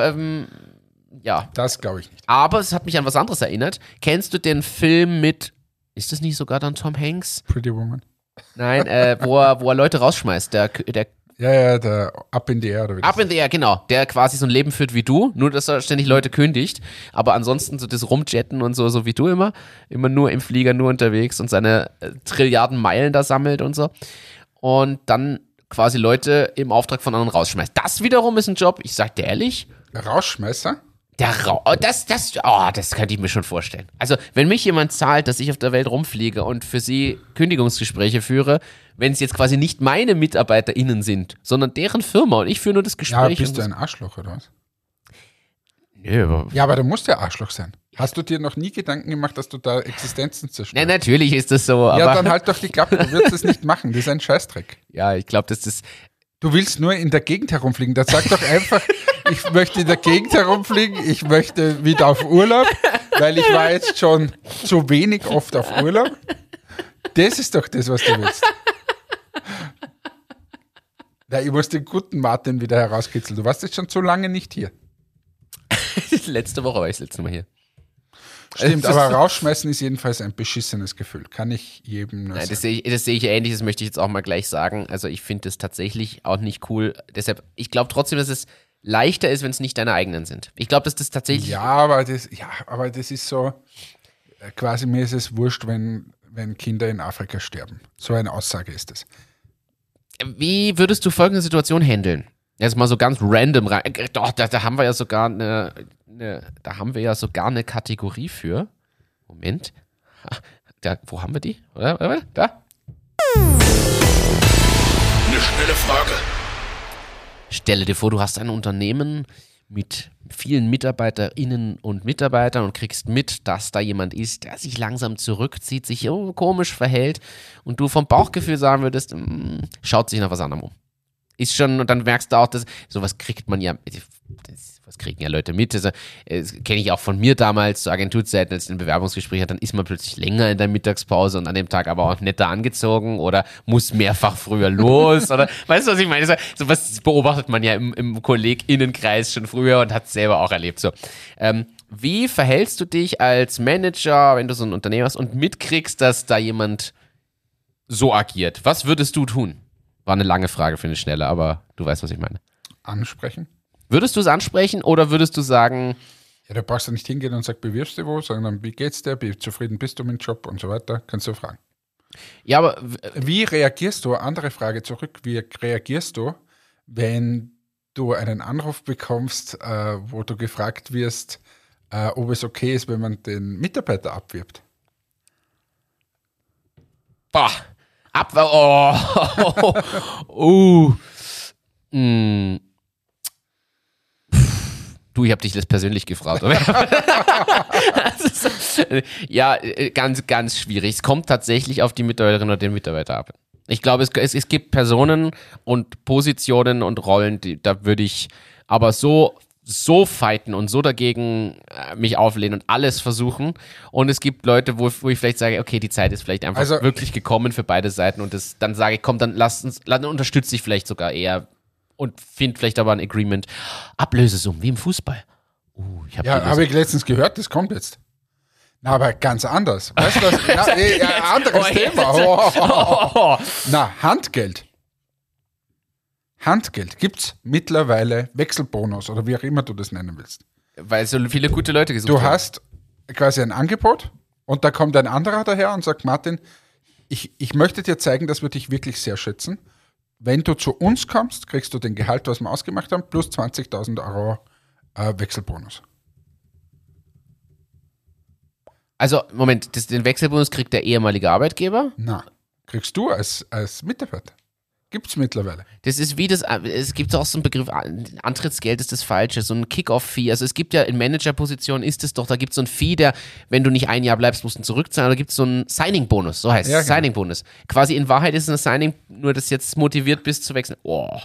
Ja. Das glaube ich nicht. Aber es hat mich an was anderes erinnert. Kennst du den Film mit, ist das nicht sogar dann Tom Hanks? Pretty Woman. Nein, wo er Leute rausschmeißt. Der Der Up in the Air. Oder wie das Up in the Air, genau. Der quasi so ein Leben führt wie du, nur dass er ständig Leute kündigt. Aber ansonsten so das Rumjetten und so wie du immer. Immer nur im Flieger, nur unterwegs und seine Trilliarden Meilen da sammelt und so. Und dann quasi Leute im Auftrag von anderen rausschmeißt. Das wiederum ist ein Job, ich sag dir ehrlich, Rausschmeißer? das könnte ich mir schon vorstellen. Also, wenn mich jemand zahlt, dass ich auf der Welt rumfliege und für sie Kündigungsgespräche führe, wenn es jetzt quasi nicht meine MitarbeiterInnen sind, sondern deren Firma und ich führe nur das Ja, Gespräch. bist du ein Arschloch oder was? Nö, aber Ja, aber du musst ja Arschloch sein. Hast du dir noch nie Gedanken gemacht, dass du da Existenzen zerstörst? nein, natürlich ist das so, aber Ja, dann halt doch die Klappe, du wirst es nicht machen, das ist ein Scheißdreck. ja, ich glaube, das ist Du willst nur in der Gegend herumfliegen, dann sag doch einfach, ich möchte in der Gegend herumfliegen, ich möchte wieder auf Urlaub, weil ich war jetzt schon zu wenig oft auf Urlaub. Das ist doch das, was du willst. Na, ich muss den guten Martin wieder herauskitzeln. Du warst jetzt schon zu lange nicht hier. letzte Woche war ich das letzte Mal hier. Stimmt, aber rausschmeißen ist jedenfalls ein beschissenes Gefühl. Kann ich jedem nur Nein, sagen. das sehe ich ähnlich, das möchte ich jetzt auch mal gleich sagen. Also ich finde das tatsächlich auch nicht cool. Deshalb, ich glaube trotzdem, dass es leichter ist, wenn es nicht deine eigenen sind. Ich glaube, dass das tatsächlich... Ja, aber das ist so, quasi mir ist es wurscht, wenn Kinder in Afrika sterben. So eine Aussage ist es. Wie würdest du folgende Situation handeln? Jetzt mal so ganz random rein. Doch, da haben wir ja sogar eine Kategorie für. Moment. Wo haben wir die? Oder? Da? Eine schnelle Frage. Stelle dir vor, du hast ein Unternehmen mit vielen MitarbeiterInnen und Mitarbeitern und kriegst mit, dass da jemand ist, der sich langsam zurückzieht, sich komisch verhält und du vom Bauchgefühl sagen würdest, schaut sich nach was anderem um. ist schon, und dann merkst du auch, dass sowas kriegt man ja, was kriegen ja Leute mit, also das kenne ich auch von mir damals zu Agenturzeiten, als ich ein Bewerbungsgespräch hatte, dann ist man plötzlich länger in der Mittagspause und an dem Tag aber auch netter angezogen oder muss mehrfach früher los oder, weißt du, was ich meine? Sowas beobachtet man ja im KollegInnenkreis schon früher und hat es selber auch erlebt, so. Wie verhältst du dich als Manager, wenn du so ein Unternehmen hast und mitkriegst, dass da jemand so agiert? Was würdest du tun? War eine lange Frage für eine schnelle, aber du weißt, was ich meine. Ansprechen? Würdest du es ansprechen oder würdest du sagen... Ja, da brauchst du nicht hingehen und sagen, bewirbst du wo, sondern wie geht's dir, wie zufrieden bist du mit dem Job und so weiter, kannst du fragen. Ja, aber... Wie reagierst du, andere Frage zurück, wie reagierst du, wenn du einen Anruf bekommst, wo du gefragt wirst, ob es okay ist, wenn man den Mitarbeiter abwirbt? Boah, Du, ich habe dich das persönlich gefragt, oder? Ja, ganz, ganz schwierig. Es kommt tatsächlich auf die Mitarbeiterin oder den Mitarbeiter ab. Ich glaube, es gibt Personen und Positionen und Rollen, da würde ich aber so fighten und so dagegen mich auflehnen und alles versuchen. Und es gibt Leute, wo ich vielleicht sage, okay, die Zeit ist vielleicht einfach wirklich gekommen für beide Seiten und dann sage ich, komm, dann dann unterstütze ich vielleicht sogar eher und finde vielleicht aber ein Agreement. Ablösesummen, wie im Fußball. Habe ich letztens gehört, das kommt jetzt. Na, aber ganz anders. Weißt du was? Anderes Thema. Na, Handgeld. Handgeld. Gibt es mittlerweile Wechselbonus oder wie auch immer du das nennen willst? Weil so viele gute Leute gesucht haben. Du hast quasi ein Angebot und da kommt ein anderer daher und sagt, Martin, ich möchte dir zeigen, dass wir dich wirklich sehr schätzen. Wenn du zu uns kommst, kriegst du den Gehalt, was wir ausgemacht haben, plus 20.000 Euro Wechselbonus. Also, Moment, den Wechselbonus kriegt der ehemalige Arbeitgeber? Na, kriegst du als Mitarbeiter. Gibt es mittlerweile. Das ist wie es gibt auch so einen Begriff, Antrittsgeld ist das Falsche, so ein Kick-Off-Fee. Also es gibt ja in Managerpositionen ist es doch, da gibt es so ein Fee, der, wenn du nicht ein Jahr bleibst, musst du zurückzahlen, da gibt es so einen Signing-Bonus, so heißt es, genau. Signing-Bonus. Quasi in Wahrheit ist es ein Signing, nur dass jetzt motiviert bist zu wechseln.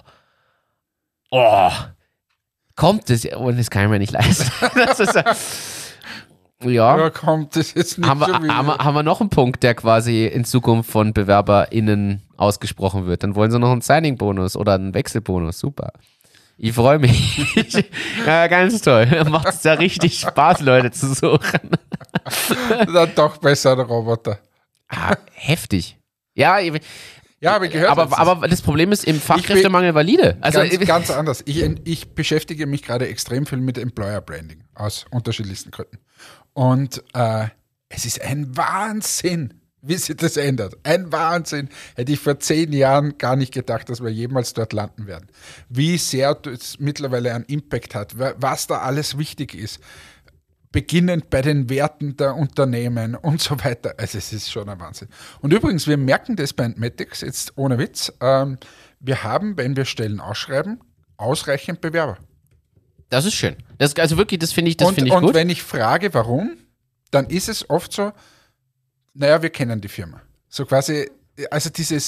Kommt das? Und das kann ich mir nicht leisten. Das ist ja, kommt das jetzt nicht haben wir noch einen Punkt, der quasi in Zukunft von BewerberInnen ausgesprochen wird. Dann wollen sie noch einen Signing-Bonus oder einen Wechselbonus. Super. Ich freue mich. Ja, ganz toll. Macht es ja richtig Spaß, Leute zu suchen. Dann doch besser der Roboter. Heftig. Ja, habe ich gehört. Aber das Problem ist im Fachkräftemangel valide. Also ganz anders. Ich beschäftige mich gerade extrem viel mit Employer Branding aus unterschiedlichsten Gründen. Und es ist ein Wahnsinn, wie sich das ändert. Ein Wahnsinn. Hätte ich vor 10 Jahren gar nicht gedacht, dass wir jemals dort landen werden. Wie sehr es mittlerweile einen Impact hat, was da alles wichtig ist. Beginnend bei den Werten der Unternehmen und so weiter. Also es ist schon ein Wahnsinn. Und übrigens, wir merken das bei Entmatics, jetzt ohne Witz, wir haben, wenn wir Stellen ausschreiben, ausreichend Bewerber. Das ist schön. Also wirklich, das finde ich gut. Und wenn ich frage, warum, dann ist es oft so, naja, wir kennen die Firma. So quasi, also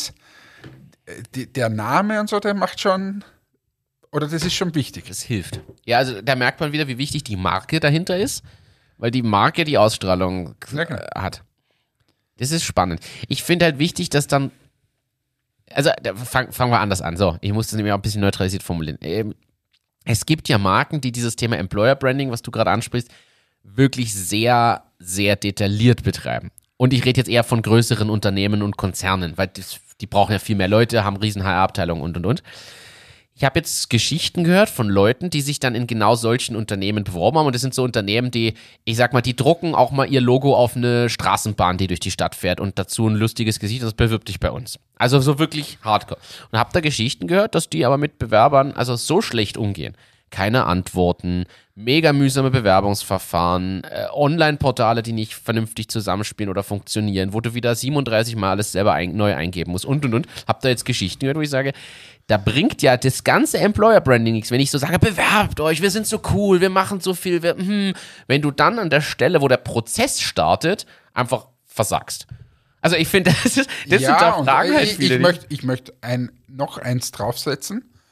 der Name und so, der macht schon, oder das ist schon wichtig. Das hilft. Ja, also da merkt man wieder, wie wichtig die Marke dahinter ist, weil die Marke die Ausstrahlung hat. Das ist spannend. Ich finde halt wichtig, dass dann, also fangen wir anders an. So, ich muss das nämlich auch ein bisschen neutralisiert formulieren. Es gibt ja Marken, die dieses Thema Employer Branding, was du gerade ansprichst, wirklich sehr, sehr detailliert betreiben. Und ich rede jetzt eher von größeren Unternehmen und Konzernen, weil die brauchen ja viel mehr Leute, haben riesen HR-Abteilungen und. Ich habe jetzt Geschichten gehört von Leuten, die sich dann in genau solchen Unternehmen beworben haben. Und das sind so Unternehmen, die, ich sag mal, die drucken auch mal ihr Logo auf eine Straßenbahn, die durch die Stadt fährt und dazu ein lustiges Gesicht, das bewirbt dich bei uns. Also so wirklich hardcore. Und habe da Geschichten gehört, dass die aber mit Bewerbern also so schlecht umgehen. Keine Antworten, mega mühsame Bewerbungsverfahren, Online-Portale, die nicht vernünftig zusammenspielen oder funktionieren, wo du wieder 37 Mal alles selber neu eingeben musst und. Hab da jetzt Geschichten gehört, wo ich sage, da bringt ja das ganze Employer-Branding nichts, wenn ich so sage, bewerbt euch, wir sind so cool, wir machen so viel, wenn du dann an der Stelle, wo der Prozess startet, einfach versagst. Also ich finde, das sind da Fragen halt viele. Ich möchte noch eins draufsetzen.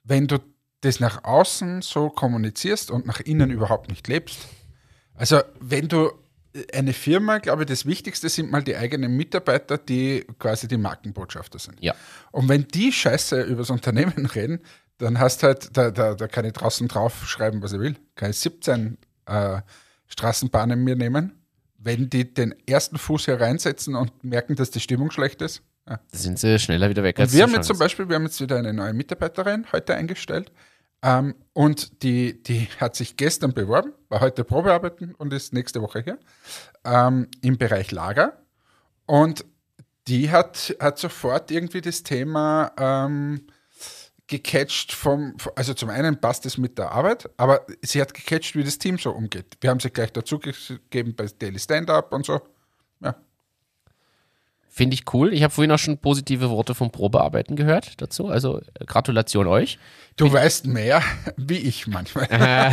wenn du das nach außen so kommunizierst und nach innen überhaupt nicht lebst. Also wenn du eine Firma, glaube ich, das Wichtigste sind mal die eigenen Mitarbeiter, die quasi die Markenbotschafter sind. Ja. Und wenn die Scheiße über das Unternehmen reden, dann hast halt, da kann ich draußen drauf schreiben, was ich will. Kann ich 17 Straßenbahnen mir nehmen. Wenn die den ersten Fuß hier reinsetzen und merken, dass die Stimmung schlecht ist. Ja. Sind sie schneller wieder weg. Und wir haben jetzt zum Beispiel, wieder eine neue Mitarbeiterin heute eingestellt. Und die hat sich gestern beworben, war heute Probearbeiten und ist nächste Woche hier, im Bereich Lager. Und die hat sofort irgendwie das Thema gecatcht also zum einen passt es mit der Arbeit, aber sie hat gecatcht, wie das Team so umgeht. Wir haben sie gleich dazugegeben bei Daily Stand-Up und so. Ja. Finde ich cool. Ich habe vorhin auch schon positive Worte vom Probearbeiten gehört dazu. Also Gratulation euch. Du weißt mehr, wie ich manchmal.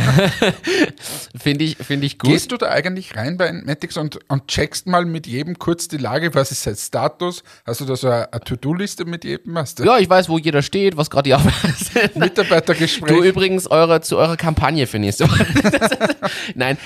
Finde ich gut. Gehst du da eigentlich rein bei Entmatics und checkst mal mit jedem kurz die Lage, was ist sein Status? Hast du da so eine To-Do-Liste mit jedem? Ja, ich weiß, wo jeder steht, was gerade die Arbeit ist. Mitarbeitergespräch. Du übrigens zu eurer Kampagne für nächste Woche. Nein,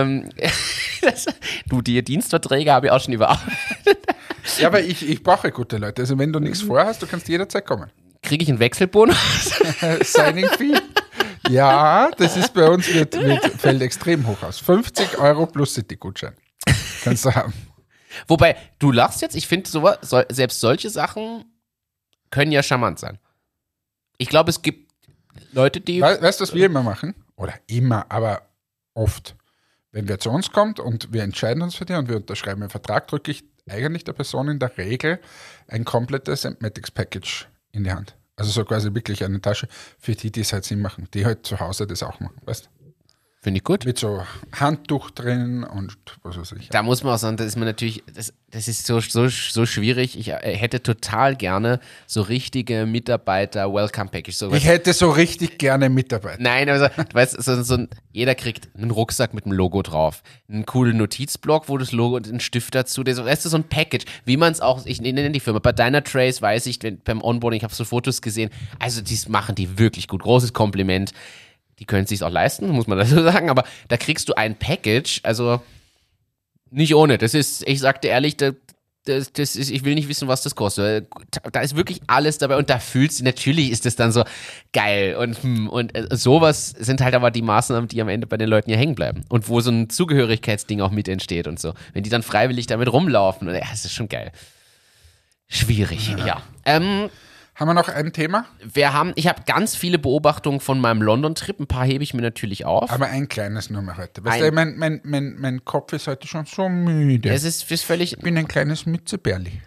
die Dienstverträge habe ich auch schon überarbeitet. Ja, aber ich brauche gute Leute. Also wenn du nichts vorhast, du kannst jederzeit kommen. Kriege ich einen Wechselbonus? Signing Fee? Ja, das ist bei uns, fällt extrem hoch aus. 50 € plus City-Gutschein. Kannst du haben. Wobei, du lachst jetzt, ich finde, selbst solche Sachen können ja charmant sein. Ich glaube, es gibt Leute, die... Weißt du, was wir immer machen? Oder immer, aber oft. Wenn wer zu uns kommt und wir entscheiden uns für die und wir unterschreiben einen Vertrag, drücke ich eigentlich der Person in der Regel ein komplettes Entmatics-Package in die Hand. Also so quasi wirklich eine Tasche für die es halt Sinn machen, die halt zu Hause das auch machen, weißt du? Finde ich gut. Mit so Handtuch drin und was weiß ich. Da muss man auch sagen, das ist mir natürlich, das ist so schwierig. Ich hätte total gerne so richtige Mitarbeiter-Welcome-Package. Ich hätte so richtig gerne Mitarbeiter. Nein, also, du weißt, jeder kriegt einen Rucksack mit dem Logo drauf, einen coolen Notizblock, wo das Logo und einen Stift dazu, weißt du, so ein Package, wie man es auch, ich nenne die Firma, bei Dynatrace weiß ich, beim Onboarding, ich habe so Fotos gesehen, also das machen die wirklich gut, großes Kompliment. Die können es sich auch leisten, muss man dazu sagen, aber da kriegst du ein Package, also nicht ohne. Das ist, ich sag dir ehrlich, ich will nicht wissen, was das kostet. Da ist wirklich alles dabei und da fühlst du, natürlich ist das dann so geil und sowas sind halt aber die Maßnahmen, die am Ende bei den Leuten ja hängen bleiben und wo so ein Zugehörigkeitsding auch mit entsteht und so. Wenn die dann freiwillig damit rumlaufen, ja, das ist schon geil. Schwierig, ja. Haben wir noch ein Thema? Ich habe ganz viele Beobachtungen von meinem London-Trip. Ein paar hebe ich mir natürlich auf. Aber ein kleines nur mal heute. Weißt du, mein Kopf ist heute schon so müde. Es ist völlig... Ich bin ein kleines Mützebärli.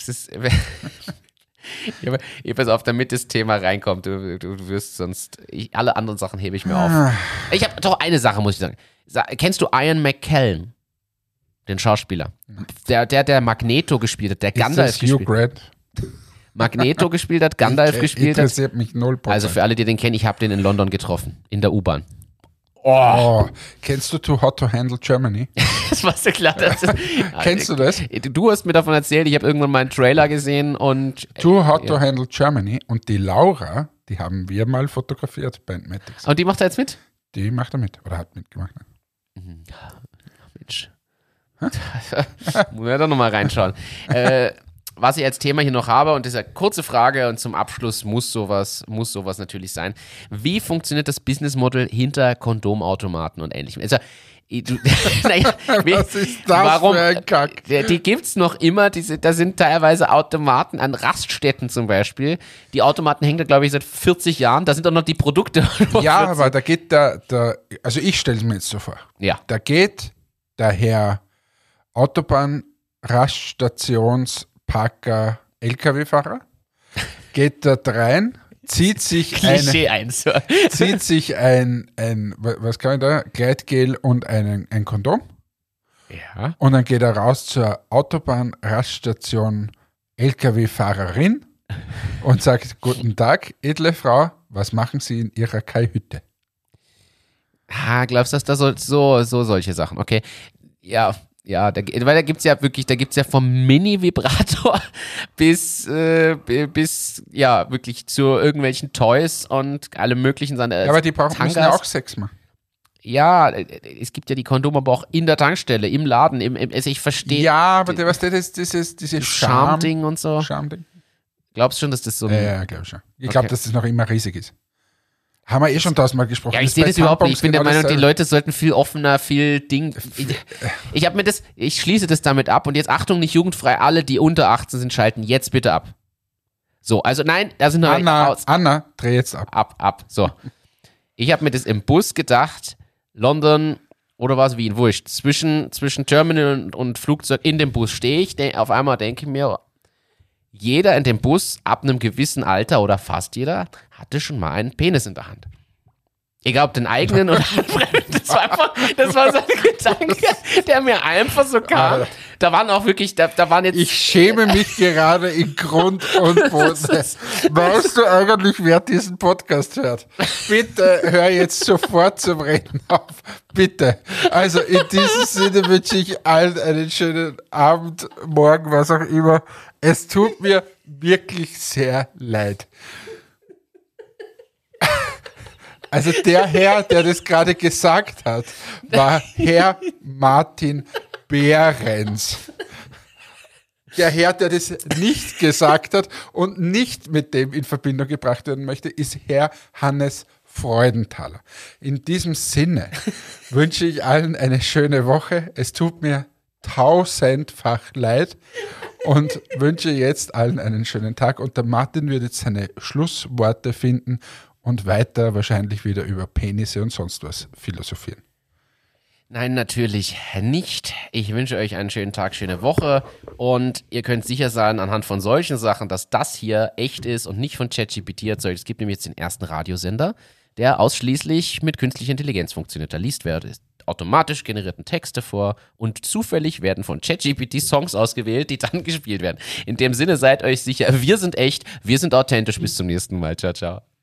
Pass auf, damit das Thema reinkommt. Du wirst sonst... alle anderen Sachen hebe ich mir auf. Ich habe doch eine Sache, muss ich sagen. Kennst du Ian McKellen? Den Schauspieler. Der Magneto gespielt hat, der Gandalf gespielt hat. Magneto gespielt hat, Gandalf gespielt hat. Interessiert mich 0%. Also für alle, die den kennen, ich habe den in London getroffen, in der U-Bahn. Oh. Kennst du Too Hot to Handle Germany? Das war so klar. Kennst du das? Du hast mir davon erzählt, ich habe irgendwann mal einen Trailer gesehen und... Too Hot to Handle Germany und die Laura, die haben wir mal fotografiert bei Entmatics. Und die macht da jetzt mit? Die macht da mit oder hat mitgemacht. Mensch. Muss ja doch nochmal reinschauen. Was ich als Thema hier noch habe, und das ist eine kurze Frage und zum Abschluss muss sowas natürlich sein. Wie funktioniert das Businessmodell hinter Kondomautomaten und Ähnlichem? Also, was ist das für ein Kack? Die gibt's noch immer, da sind teilweise Automaten an Raststätten zum Beispiel. Die Automaten hängen da, glaube ich, seit 40 Jahren. Da sind auch noch die Produkte. Ja, aber da geht also ich stelle es mir jetzt so vor. Ja. Da geht der Herr Autobahn-Raststationsparker LKW-Fahrer, geht dort rein, zieht sich ein was kann ich da? Gleitgel und ein Kondom. Ja. Und dann geht er raus zur Autobahn-Raststation LKW-Fahrerin und sagt: Guten Tag, edle Frau, was machen Sie in Ihrer Kai-Hütte? Glaubst du, dass da so solche Sachen? Okay. Ja, Ja, weil da gibt's ja wirklich, da gibt's ja vom Mini-Vibrator bis ja, wirklich zu irgendwelchen Toys und alle möglichen Sachen. Ja, aber die müssen ja auch Sex machen. Ja, es gibt ja die Kondome aber auch in der Tankstelle, im Laden, also ich verstehe. Ja, aber was dieses Charme-Ding und so. Charme-Ding. Glaubst du schon, dass das so Ja, glaube ich schon. Ich glaube, dass das noch immer riesig ist. Haben wir schon tausendmal gesprochen. Ja, ich sehe das überhaupt nicht. Ich bin der Meinung, die Leute sollten viel offener, viel Ding. Ich schließe das damit ab und jetzt Achtung, nicht jugendfrei, alle, die unter 18 sind, schalten jetzt bitte ab. So, also nein, da sind noch Anna, dreh jetzt ab. Ab. So. Ich habe mir das im Bus gedacht, London oder was Wien, wurscht. Zwischen Terminal und Flugzeug in dem Bus stehe ich, auf einmal denke ich mir, jeder in dem Bus ab einem gewissen Alter oder fast jeder hatte schon mal einen Penis in der Hand. Egal ob den eigenen oder das war so ein Gedanke, der mir einfach so kam. Da waren auch wirklich, da waren jetzt... Ich schäme mich gerade in Grund und Boden. Weißt du eigentlich, wer diesen Podcast hört? Bitte hör jetzt sofort zum Reden auf. Bitte. Also in diesem Sinne wünsche ich allen einen schönen Abend, morgen, was auch immer. Es tut mir wirklich sehr leid. Also der Herr, der das gerade gesagt hat, war Herr Martin Behrens. Der Herr, der das nicht gesagt hat und nicht mit dem in Verbindung gebracht werden möchte, ist Herr Hannes Freudenthaler. In diesem Sinne wünsche ich allen eine schöne Woche. Es tut mir tausendfach leid und wünsche jetzt allen einen schönen Tag. Und der Martin wird jetzt seine Schlussworte finden und weiter wahrscheinlich wieder über Penisse und sonst was philosophieren. Nein, natürlich nicht. Ich wünsche euch einen schönen Tag, schöne Woche und ihr könnt sicher sein, anhand von solchen Sachen, dass das hier echt ist und nicht von ChatGPT erzeugt. Es gibt nämlich jetzt den ersten Radiosender, der ausschließlich mit künstlicher Intelligenz funktioniert. Da liest wer automatisch generierten Texte vor und zufällig werden von ChatGPT Songs ausgewählt, die dann gespielt werden. In dem Sinne seid euch sicher, wir sind echt, wir sind authentisch. Bis zum nächsten Mal. Ciao, ciao.